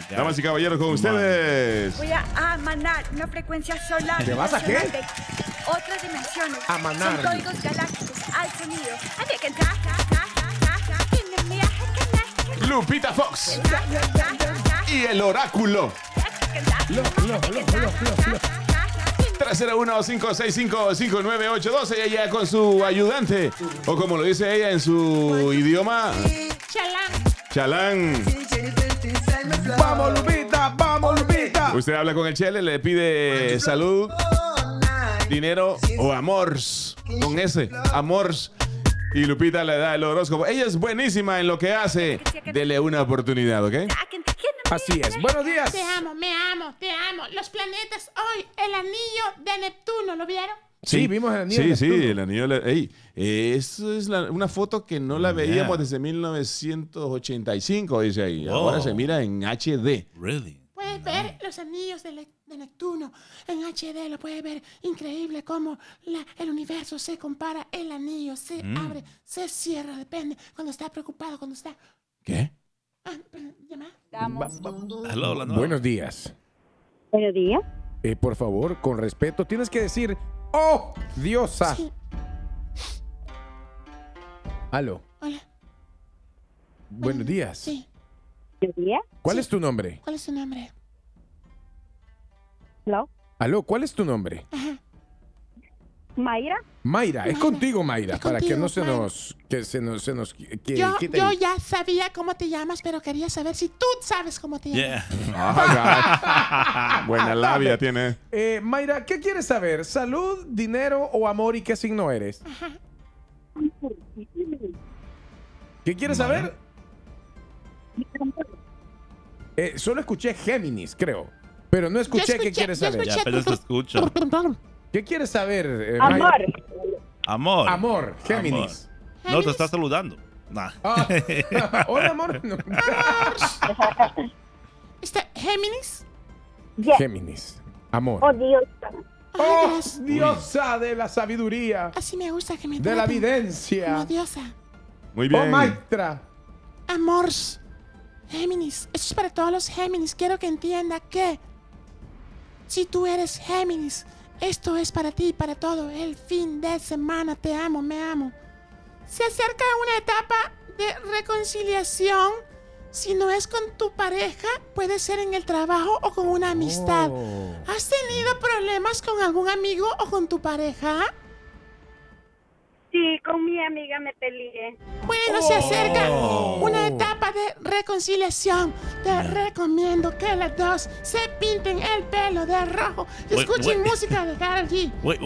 Damas y caballeros, con ustedes. Voy a manar una frecuencia solar. ¿Te vas a qué? De otras dimensiones. A manar. Son códigos galácticos al sonido. Lupita Fox y el oráculo. 301-565-5982. Ella con su ayudante, o como lo dice ella en su idioma, Chalán. ¡Vamos, Lupita! ¡Vamos, Lupita! Usted habla con el Chele, le pide salud, dinero o amors, con S, amors. Y Lupita le da el horóscopo. Ella es buenísima en lo que hace. Dele una oportunidad, ¿ok? Así es. Buenos días. Te amo, me amo, te amo. Los planetas hoy, el anillo de Neptuno, ¿lo vieron? Sí, vimos el anillo. Sí, sí, el anillo. Ey, eso es una foto que no la veíamos desde 1985, dice ahí. Ahora se mira en HD. Really? Puedes ver los anillos de Neptuno en HD, lo puedes ver. Increíble cómo el universo se compara, el anillo se abre, se cierra, depende. Cuando está preocupado, cuando está... ¿Qué? ¿Llama? Hello, la Buenos días. Buenos días. Por favor, con respeto, tienes que decir, ¡oh, diosa! Sí. Aló. Hola. Buenos días. Sí. Buenos días. ¿Cuál es tu nombre? ¿Cuál es tu nombre? Hello. Aló, ¿cuál es tu nombre? Ajá. Mayra. Mayra, es contigo, Mayra, Es para que contigo, no se Mayra. nos... Que se nos... Yo quite ahí. ya sabía cómo te llamas, pero quería saber si tú sabes cómo te llamas. Yeah. Buena labia tiene. Mayra, ¿qué quieres saber? ¿Salud, dinero o amor y qué signo eres? ¿Qué quieres saber? Solo escuché Géminis, creo. Pero no escuché qué quieres yo saber. Ya apenas te escucho. ¿Qué quieres saber, Mayra? Amor. Amor. Amor, Géminis. No, te estás saludando. Nah. Ah, hola, amor. No. ¿Géminis? Yes. Géminis. Amor. Oh, Dios. ¡Oh, Dios. diosa de la sabiduría! Así me gusta que me De la traten videncia. como diosa. Muy ¡Oh, bien. maestra! Amors. Géminis. Esto es para todos los Géminis. Quiero que entienda que si tú eres Géminis, esto es para ti, para todo el fin de semana. Te amo, me amo. Se acerca una etapa de reconciliación. Si no es con tu pareja, puede ser en el trabajo o con una amistad. Oh. ¿Has tenido problemas con algún amigo o con tu pareja? Sí, con mi amiga me peleé. Bueno, se acerca una etapa de reconciliación. Te recomiendo que las dos se pinten el pelo de rojo y Wait, escuchen wait. música de Karol G. Wait.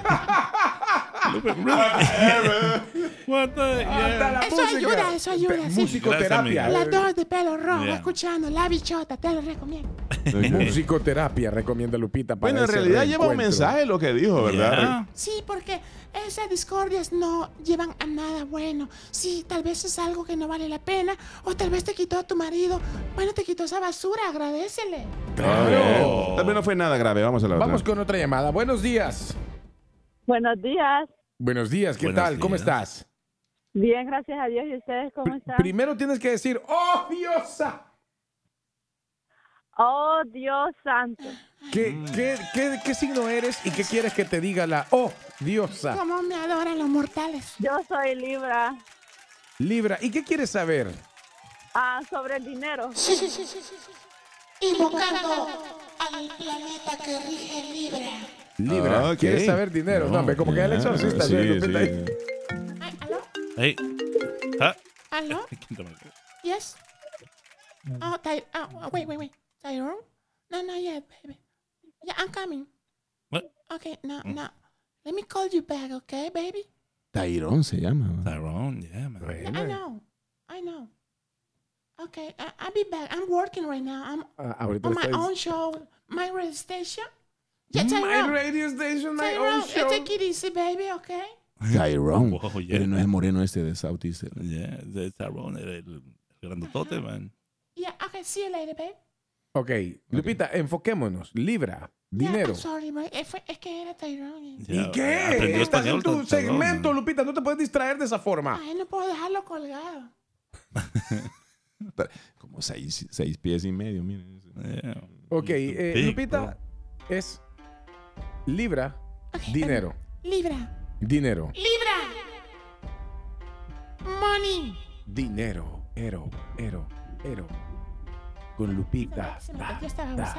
What the? Hasta Yeah. la Eso música. ayuda, eso ayuda, sí. Musicoterapia. Gracias, Las dos de pelo rojo, Yeah. escuchando La Bichota, te lo recomiendo. Musicoterapia, recomienda Lupita. Para Bueno, en ese realidad lleva un reencuentro. mensaje lo que dijo, ¿verdad? Yeah. Sí, porque esas discordias no llevan a nada bueno. Sí, tal vez es algo que no vale la pena, o tal vez te quitó a tu marido. Bueno, te quitó esa basura, agradécele. Claro. Tal vez no fue nada grave. Vamos a la otra. Vamos con otra llamada. Buenos días. Buenos días. Buenos días, ¿qué Buenos tal? ¿Cómo días. estás? Bien, gracias a Dios. ¿Y ustedes cómo están? Primero tienes que decir, ¡oh, diosa! Oh, Dios santo. ¿Qué signo eres y qué quieres que te diga la ¡oh, diosa! Cómo me adoran los mortales. Yo soy Libra. Libra, ¿y qué quieres saber? Sobre el dinero. Invocando al planeta que rige Libra. Libra, Ok. ¿quieres saber dinero? No, hombre, como que el exorcista. Sí, Lupita. sí. Ay, ¿aló? Hey. ¿Ah? ¿Aló? ¿Quién te marcó? Yes? Wait. Tyrone? No, not yet, baby. Yeah, I'm coming. What? Okay, no. Let me call you back, okay, baby? Tyrone se llama. Tyrone, yeah, man. Yeah, Bueno, I know. Okay, I'll be back. I'm working right now. I'm ahorita on my estás- own show, my radio station. Yeah, My Tyrone. radio station, my Tyrone, own show. take it easy, baby, okay? Tyrone. Wow, yeah. Pero no es el moreno este de Southeast. Yeah, de Tyrone, el grandotote, man. Yeah, okay, see you later, babe. Ok, Lupita, enfoquémonos. Libra, Yeah, dinero. I'm sorry, bro. Es que era Tyrone. ¿Y Ya, qué? aprendió Estás en español, tu Tyrone. segmento, Lupita. No te puedes distraer de esa forma. Ay, no puedo dejarlo colgado. Como seis pies y medio, miren. Yeah. Ok, Big, Lupita bro. es libra, Ok, dinero. Libra. Dinero. Libra. Money. Dinero. Ero. Con Lupita. Se me metió esta babosa.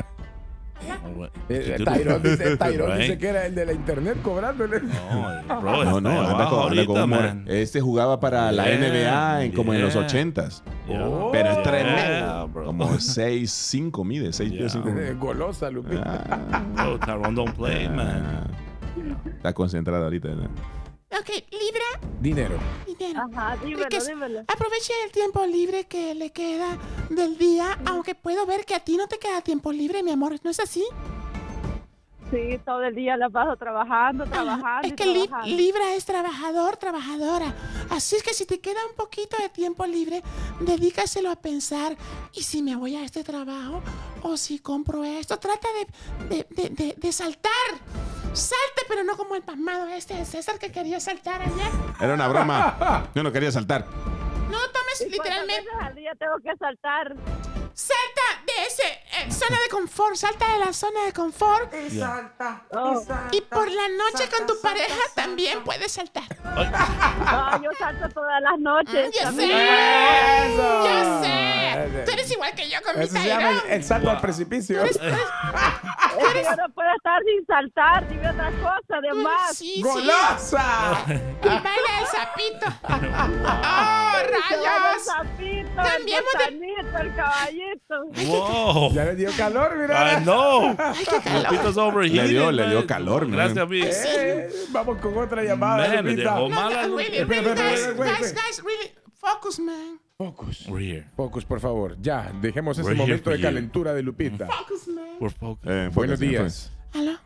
Tyrone dice Right. que era el de la internet cobrándole. No, bro, No, está no, abajo anda con ahorita, humor. man. Este jugaba para la Yeah, NBA como en los yeah. 80s. Yeah. Pero es Yeah, tremendo. bro. Como 6'5 mide, 6 pies 5. Golosa, Lupita. Bro, Tyrone don't play, man. Está concentrado ahorita. ¿no? Ok, Libra. Dinero. Dinero. Ajá, dímelo, Enrique, dímelo. aproveche el tiempo libre que le queda del día, aunque puedo ver que a ti no te queda tiempo libre, mi amor, ¿no es así? Sí, todo el día la paso trabajando. Es que Libra es trabajador, trabajadora. Así es que si te queda un poquito de tiempo libre, dedícaselo a pensar, ¿y si me voy a este trabajo? ¿O si compro esto? Trata de saltar. Salte, pero no como el pasmado este de César que quería saltar ayer. Era una broma. Yo no quería saltar. No tomes literalmente. ¿Cuántas veces al día tengo que saltar? Salta de ese zona de confort, salta de la zona de confort. Oh. Y por la noche con tu pareja también puedes saltar. No, yo salto todas las noches. Yo sé. también. Yo sé. Tú eres igual que yo con mi Eso se llama Tyrone. el salto al precipicio. Es que yo no puedo estar sin saltar, dime otra cosa, de más. Sí, ¡Golosa! Y baila el sapito. ¡Oh, El rayos! sapito, Cambiemos de- el gusanito, el caballito. Wow. Ya le dio calor, mira. I know. Ay, qué calor. Lupita's overheated, Le dio man. calor, man. Gracias, Big. Vamos con otra llamada, Man, me Lupita. dejó No, mala. no, really, Espera, really, espera, espera, guys, really, focus, man. Focus. We're here. Focus, por favor. Ya, dejemos ese We're here momento for de you. calentura de Lupita. Focus, man. We're focused. Buenos enfóquese, días. ¿Aló?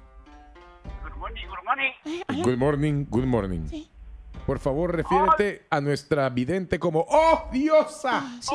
¿Aló? Good morning, good morning. Sí. Por favor, refiérete a nuestra vidente como ¡Oh, diosa! Sí.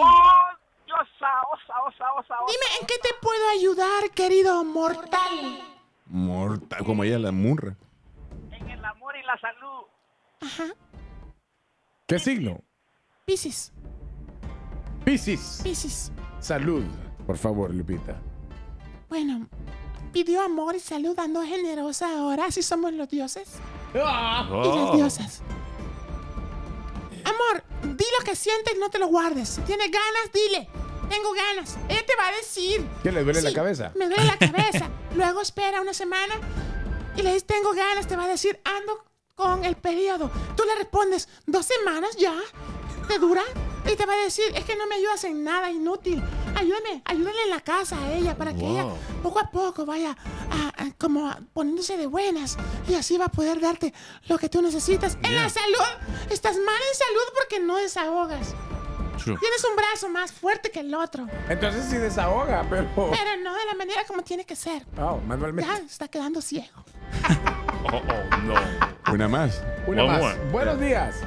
Osa. Dime, ¿en qué te puedo ayudar, querido mortal? Mortal, como ella la murra. En el amor y la salud. Ajá. ¿Qué signo? Piscis. Piscis. Piscis. Salud. Por favor, Lupita. Bueno, pidió amor y salud, ando generosa ahora, así somos los dioses y las Oh. diosas. Amor, di lo que sientes, no te lo guardes. Si tienes ganas, dile. Tengo ganas. Ella te va a decir. ¿Qué le duele la Sí, cabeza? Me duele la cabeza. Luego espera una semana y le dices, tengo ganas. Te va a decir, ando con el periodo. Tú le respondes, 2 semanas ya. ¿Te dura? Y te va a decir, es que no me ayudas en nada, inútil. Ayúdale en la casa a ella para que Wow. ella poco a poco vaya poniéndose de buenas. Y así va a poder darte lo que tú necesitas. En la salud, estás mal en salud porque no desahogas. True. Tienes un brazo más fuerte que el otro. Entonces sí desahoga, pero... Pero no de la manera como tiene que ser. Oh, manualmente. Ya está quedando ciego. Oh, no. Una más. Una One más. more. Buenos días.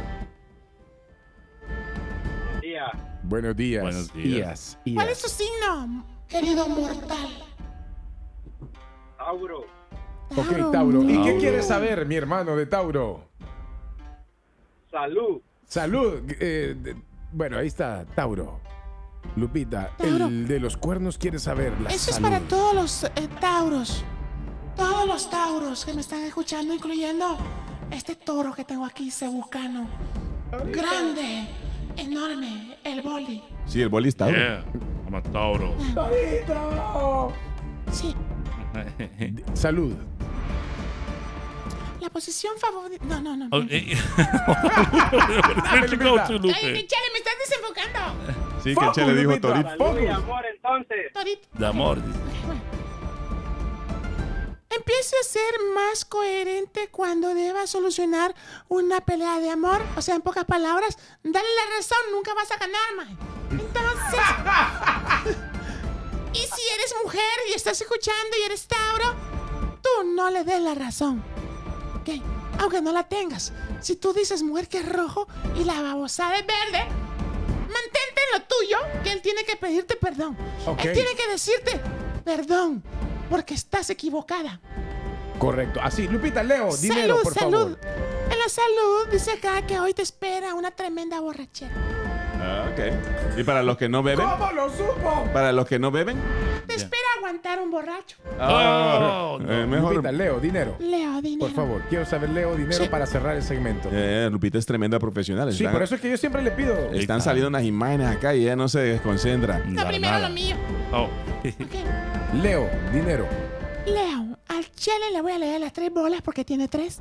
Día. Buenos días. Buenos días. ¿Cuál es tu signo, querido mortal? Tauro. Ok, Tauro. ¿Y qué Tauro. quieres saber, mi hermano de Tauro? Salud. Salud. Bueno, ahí está, Tauro. Lupita, Tauro. el de los cuernos quiere saber la Eso es salud. para todos los tauros. Todos los tauros que me están escuchando, incluyendo este toro que tengo aquí, cebucano. Grande, enorme, el boli. Sí, el boli está. Yeah. I'm a Tauro. ¡Torito! Sí, Salud. la posición favorita. No. Oh, Where'd you go to, Ay, Lupe? Chale, me estás desenfocando. Sí, que el Che le dijo Lupita. Torito. Salud y Focus. amor, entonces. Torito. De amor. dice. Bueno. Empiece a ser más coherente cuando deba solucionar una pelea de amor. O sea, en pocas palabras, dale la razón, nunca vas a ganar, man. Entonces, y si eres mujer y estás escuchando y eres Tauro, tú no le des la razón. ¿Ok? Aunque no la tengas. Si tú dices, mujer, que es rojo y la babosada es verde, mantente en lo tuyo, que él tiene que pedirte perdón. Ok. Él tiene que decirte perdón, porque estás equivocada. Correcto. Así, Lupita, Leo, dinero, por salud. favor. En la salud dice acá que hoy te espera una tremenda borrachera. Ok. ¿Y para los que no beben? ¿Cómo lo supo? ¿Para los que no beben? Te espera aguantar un borracho. Oh, no. Mejor. Lupita, Leo, dinero. Leo, dinero. Por favor, quiero saber, Leo, dinero Sí. para cerrar el segmento. Lupita es tremenda profesional. Sí, por eso es que yo siempre le pido. Están saliendo unas imágenes acá y ella no se desconcentra. No, primero lo mío. Oh. Ok. Leo, dinero. Leo, al Chele le voy a leer las 3 bolas porque tiene 3.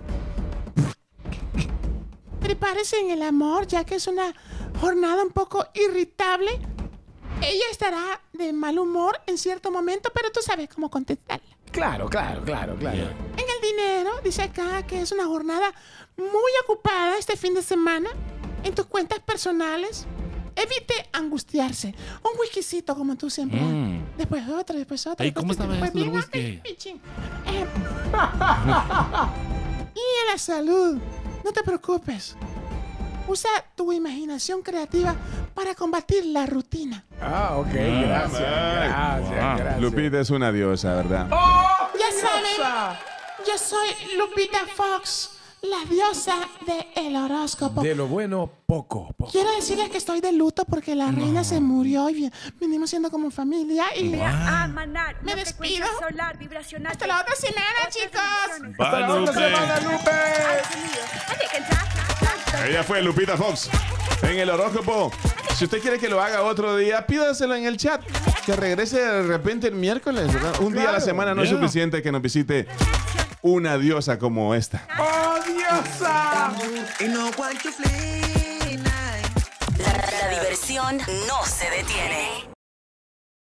Prepárese en el amor, ya que es una jornada un poco irritable. Ella estará de mal humor en cierto momento, pero tú sabes cómo contestarla. Claro. Yeah. En el dinero, dice acá que es una jornada muy ocupada este fin de semana en tus cuentas personales. Evite angustiarse. Un whiskycito como tú siempre. Después otro, después otro. Ey, después ¿cómo otro, estaba después esto del bien, whisky? ay, pichín. Y en la salud, no te preocupes. Usa tu imaginación creativa para combatir la rutina. Ah, ok, gracias. Wow. Gracias. Lupita es una diosa, ¿verdad? Ya saben, yo soy Lupita Fox, la diosa del horóscopo. De lo bueno, poco. Quiero decirles que estoy de luto porque la reina se murió y venimos siendo como familia y Vea a manar Me una frecuencia despido. solar vibracional. hasta la otra semana, Otras chicos. dimensiones. Bye, Hasta la otra Lupe. semana, Lupe. Al sonido. Así que ya. Ella fue Lupita Fox. En el horóscopo. Si usted quiere que lo haga otro día, pídaselo en el chat. Que regrese de repente el miércoles, ¿verdad? Un día a la semana no es Yeah. suficiente que nos visite una diosa como esta. ¡Oh, diosa! La diversión no se detiene.